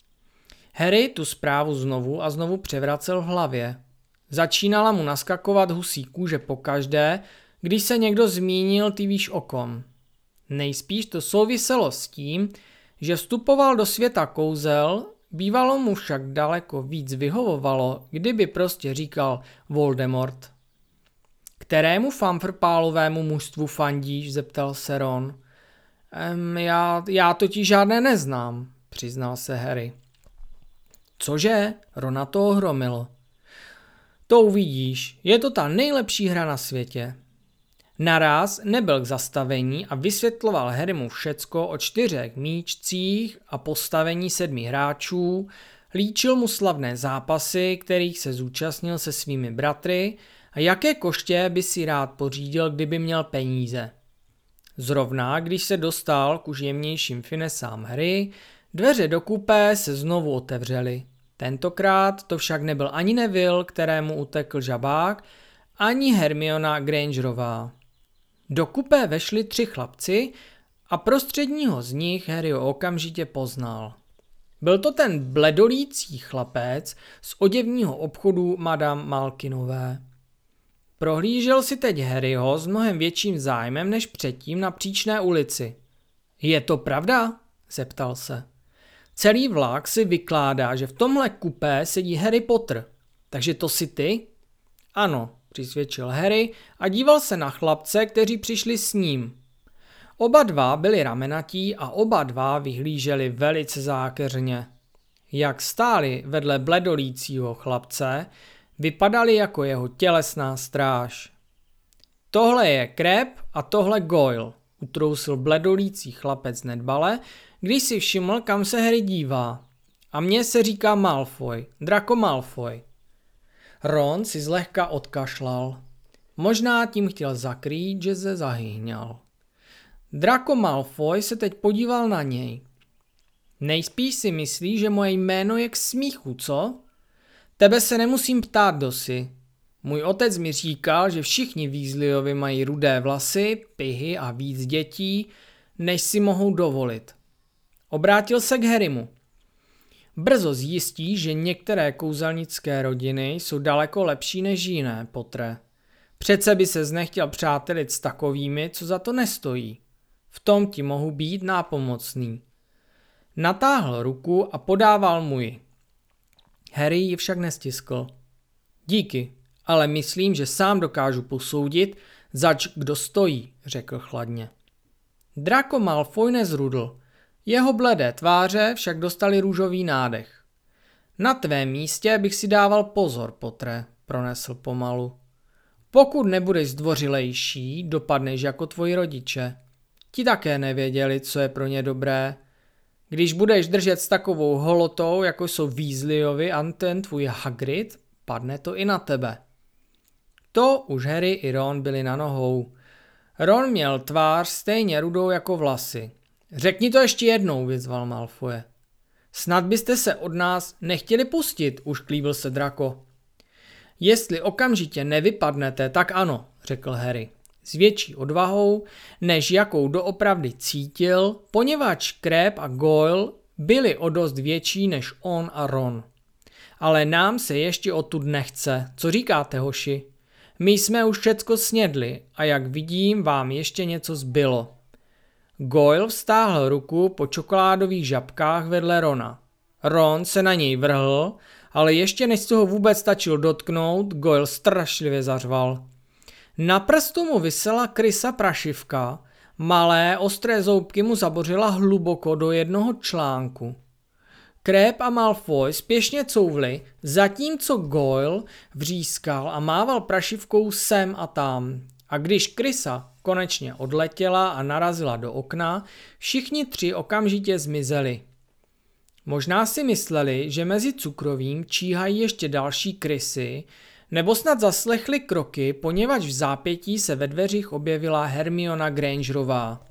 Harry tu zprávu znovu a znovu převracel v hlavě. Začínala mu naskakovat husí kůže pokaždé, když se někdo zmínil, ty víš o kom. Nejspíš to souviselo s tím, že vstupoval do světa kouzel, bývalo mu však daleko víc vyhovovalo, kdyby prostě říkal Voldemort. Kterému fanfrpálovému mužstvu fandíš? Zeptal se Ron. Já totiž žádné neznám, přiznal se Harry. Cože? Rona to ohromilo. To uvidíš, je to ta nejlepší hra na světě. Naráz nebyl k zastavení a vysvětloval Harrymu všecko o 4 míčcích a postavení 7 hráčů, líčil mu slavné zápasy, kterých se zúčastnil se svými bratry a jaké koště by si rád pořídil, kdyby měl peníze. Zrovna, když se dostal k už jemnějším finesám hry, dveře do kupé se znovu otevřely. Tentokrát to však nebyl ani Neville, kterému utekl žabák, ani Hermiona Grangerová. Do kupé vešli 3 chlapci a prostředního z nich Harry okamžitě poznal. Byl to ten bledolící chlapec z oděvního obchodu Madame Malkinové. Prohlížel si teď Harryho s mnohem větším zájmem než předtím na Příčné ulici. Je to pravda? Zeptal se. Celý vlak si vykládá, že v tomhle kupé sedí Harry Potter. Takže to jsi ty? Ano, přisvědčil Harry a díval se na chlapce, kteří přišli s ním. Oba dva byli ramenatí a oba dva vyhlíželi velice zákeřně. Jak stáli vedle bledolícího chlapce, vypadali jako jeho tělesná stráž. Tohle je Crab a tohle Goyle, utrousil bledolící chlapec nedbale, když si všiml, kam se Harry dívá. A mně se říká Malfoy, Draco Malfoy. Ron si zlehka odkašlal. Možná tím chtěl zakrýt, že se zahyhňal. Draco Malfoy se teď podíval na něj. Nejspíš si myslí, že moje jméno je k smíchu, co? Tebe se nemusím ptát, dosi. Můj otec mi říkal, že všichni Weasleyovi mají rudé vlasy, pihy a víc dětí, než si mohou dovolit. Obrátil se k Harrymu. Brzo zjistíš, že některé kouzelnické rodiny jsou daleko lepší než jiné, Pottere. Přece by ses nechtěl přátelit s takovými, co za to nestojí. V tom ti mohu být nápomocný. Natáhl ruku a podával mu ji. Harry ji však nestiskl. Díky, ale myslím, že sám dokážu posoudit, zač kdo stojí, řekl chladně. Draco Malfoy nezrudl. Jeho bledé tváře však dostali růžový nádech. Na tvém místě bych si dával pozor, Pottere, pronesl pomalu. Pokud nebudeš zdvořilejší, dopadneš jako tvoji rodiče. Ti také nevěděli, co je pro ně dobré. Když budeš držet s takovou holotou, jako jsou Weasleyovi a ten tvůj Hagrid, padne to i na tebe. To už Harry i Ron byli na nohou. Ron měl tvář stejně rudou jako vlasy. Řekni to ještě jednou, vyzval Malfoje. Snad byste se od nás nechtěli pustit, ušklíbil se Draco. Jestli okamžitě nevypadnete, tak ano, řekl Harry. S větší odvahou, než jakou doopravdy cítil, poněvadž Crabbe a Goyle byli o dost větší než on a Ron. Ale nám se ještě odtud nechce. Co říkáte, hoši? My jsme už všecko snědli a jak vidím, vám ještě něco zbylo. Goyle vztáhl ruku po čokoládových žabkách vedle Rona. Ron se na něj vrhl, ale ještě než se ho vůbec stačil dotknout, Goyle strašlivě zařval. Na prstu mu visela krysa prašivka, malé ostré zoubky mu zabořila hluboko do jednoho článku. Crabbe a Malfoy spěšně couvli, zatímco Goyle vřískal a mával prašivkou sem a tam. A když krysa konečně odletěla a narazila do okna, všichni tři okamžitě zmizeli. Možná si mysleli, že mezi cukrovým číhají ještě další krysy, nebo snad zaslechli kroky, poněvadž v zápětí se ve dveřích objevila Hermiona Grangerová.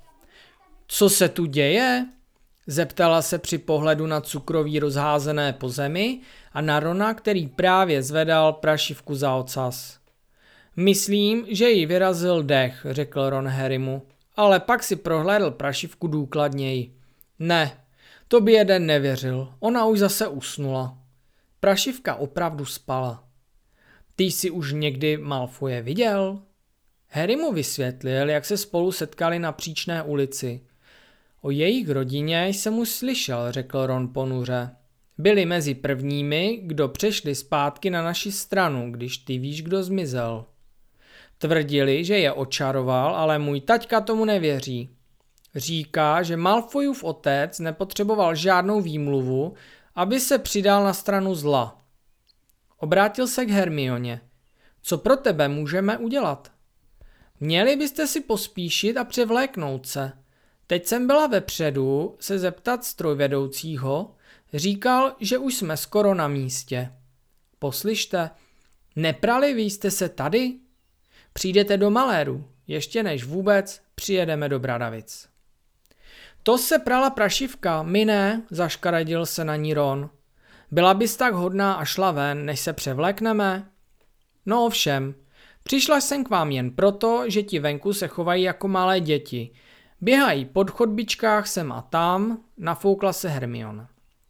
Co se tu děje? Zeptala se při pohledu na cukroví rozházené po zemi a na Rona, který právě zvedal prašivku za ocas. Myslím, že jí vyrazil dech, řekl Ron Harrymu, ale pak si prohlédl prašivku důkladněji. Ne, to by jeden nevěřil, ona už zase usnula. Prašivka opravdu spala. Ty jsi už někdy Malfoje viděl? Harry mu vysvětlil, jak se spolu setkali na Příčné ulici. O jejich rodině jsem už slyšel, řekl Ron ponuře. Byli mezi prvními, kdo přešli zpátky na naši stranu, když ty víš, kdo zmizel. Tvrdili, že je očaroval, ale můj taťka tomu nevěří. Říká, že Malfoyův otec nepotřeboval žádnou výmluvu, aby se přidal na stranu zla. Obrátil se k Hermioně. Co pro tebe můžeme udělat? Měli byste si pospíšit a převléknout se. Teď jsem byla vepředu se zeptat strojvedoucího, říkal, že už jsme skoro na místě. Poslyšte, neprali vy jste se tady? Přijdete do maléru, ještě než vůbec přijedeme do Bradavic. To se prala prašivka, my ne, zaškaredil se na ní Ron. Byla bys tak hodná a šla ven, než se převlékneme? No ovšem, přišla jsem k vám jen proto, že ti venku se chovají jako malé děti. Běhají po chodbičkách sem a tam, nafoukla se Hermione.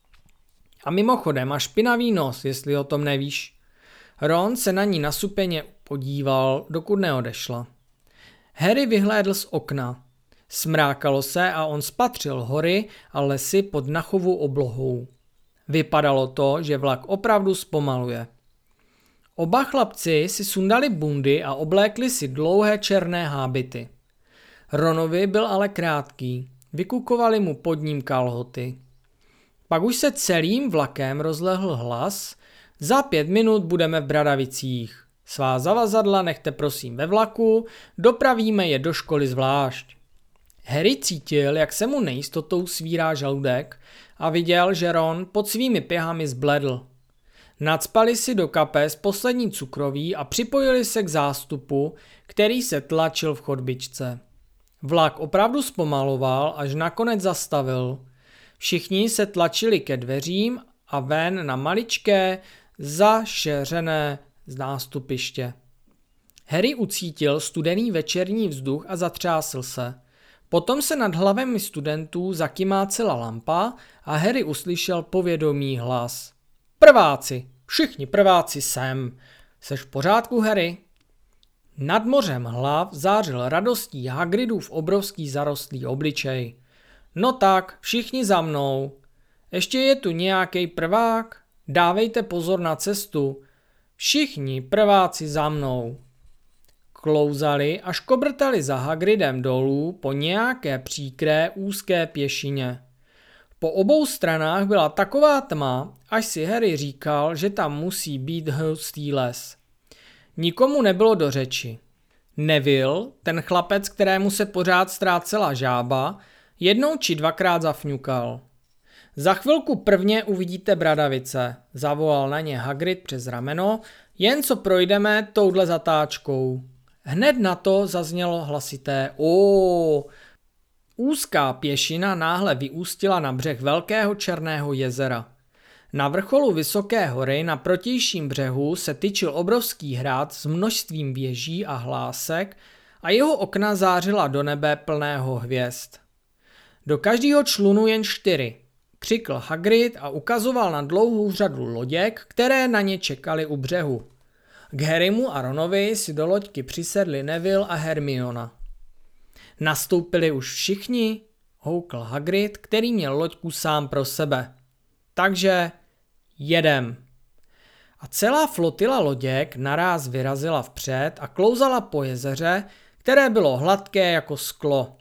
A mimochodem má špinavý nos, jestli o tom nevíš. Ron se na ní nasupeně podíval, dokud neodešla. Harry vyhlédl z okna. Smrákalo se a on spatřil hory a lesy pod Nachovou oblohou. Vypadalo to, že vlak opravdu zpomaluje. Oba chlapci si sundali bundy a oblékli si dlouhé černé hábity. Ronovi byl ale krátký, vykukovali mu pod ním kalhoty. Pak už se celým vlakem rozlehl hlas: za 5 minut budeme v Bradavicích. Svá zavazadla nechte prosím ve vlaku, dopravíme je do školy zvlášť. Harry cítil, jak se mu nejistotou svírá žaludek a viděl, že Ron pod svými pěhami zbledl. Nacpali si do kapes poslední cukroví a připojili se k zástupu, který se tlačil v chodbičce. Vlak opravdu zpomaloval, až nakonec zastavil. Všichni se tlačili ke dveřím a ven na maličké, zašeřené nástupiště. Harry ucítil studený večerní vzduch a zatřásl se. Potom se nad hlavami studentů zakymácela lampa a Harry uslyšel povědomý hlas. Prváci, všichni prváci sem. Seš v pořádku, Harry? Nad mořem hlav zářil radostí Hagridův obrovský zarostlý obličej. No tak, všichni za mnou. Ještě je tu nějaký prvák? Dávejte pozor na cestu. Všichni prváci za mnou. Klouzali a škobrtali za Hagridem dolů po nějaké příkré úzké pěšině. Po obou stranách byla taková tma, až si Harry říkal, že tam musí být hustý les. Nikomu nebylo do řeči. Neville, ten chlapec, kterému se pořád ztrácela žába, jednou či dvakrát zafňukal. Za chvilku prvně uvidíte bradavice, zavolal na ně Hagrid přes rameno, jen co projdeme touhle zatáčkou. Hned na to zaznělo hlasité ó. Úzká pěšina náhle vyústila na břeh velkého černého jezera. Na vrcholu vysoké hory na protějším břehu se tyčil obrovský hrad s množstvím věží a hlásek a jeho okna zářila do nebe plného hvězd. Do každého člunu jen 4, křikl Hagrid a ukazoval na dlouhou řadu loděk, které na ně čekaly u břehu. K Harrymu a Ronovi si do loďky přisedli Neville a Hermiona. Nastoupili už všichni, houkl Hagrid, který měl loďku sám pro sebe. Takže jedem. A celá flotila loděk naráz vyrazila vpřed a klouzala po jezeře, které bylo hladké jako sklo.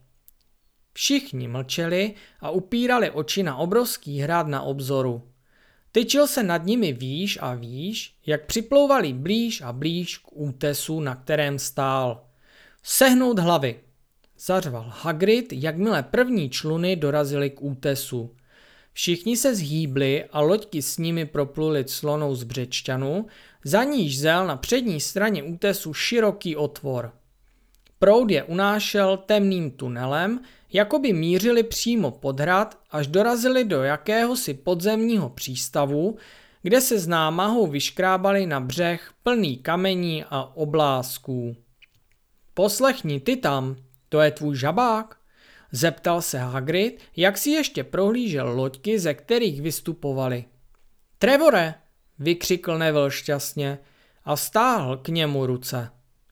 Všichni mlčeli a upírali oči na obrovský hrad na obzoru. Tyčil se nad nimi výš a výš, jak připlouvali blíž a blíž k útesu, na kterém stál. Sehnout hlavy, zařval Hagrid, jakmile první čluny dorazily k útesu. Všichni se zhýbli a loďky s nimi propluly clonou z břečťanu, za níž zel na přední straně útesu široký otvor. Proud je unášel temným tunelem, jako by mířili přímo pod hrad, až dorazili do jakéhosi podzemního přístavu, kde se s námahou vyškrábali na břeh plný kamení a oblásků. Poslechni, ty tam, to je tvůj žabák? Zeptal se Hagrid, jak si ještě prohlížel loďky, ze kterých vystupovali. Trevore, vykřikl Neville šťastně a stáhl k němu ruce.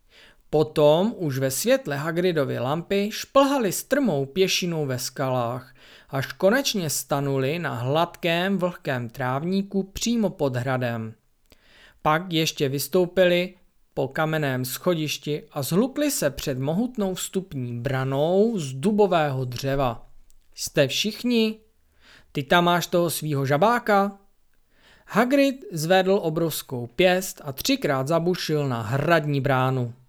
Potom už ve světle Hagridovy lampy šplhali strmou pěšinou ve skalách, až konečně stanuli na hladkém vlhkém trávníku přímo pod hradem. Pak ještě vystoupili po kamenném schodišti a zhlukli se před mohutnou vstupní branou z dubového dřeva. Jste všichni? Ty tam máš toho svýho žabáka? Hagrid zvedl obrovskou pěst a 3krát zabušil na hradní bránu.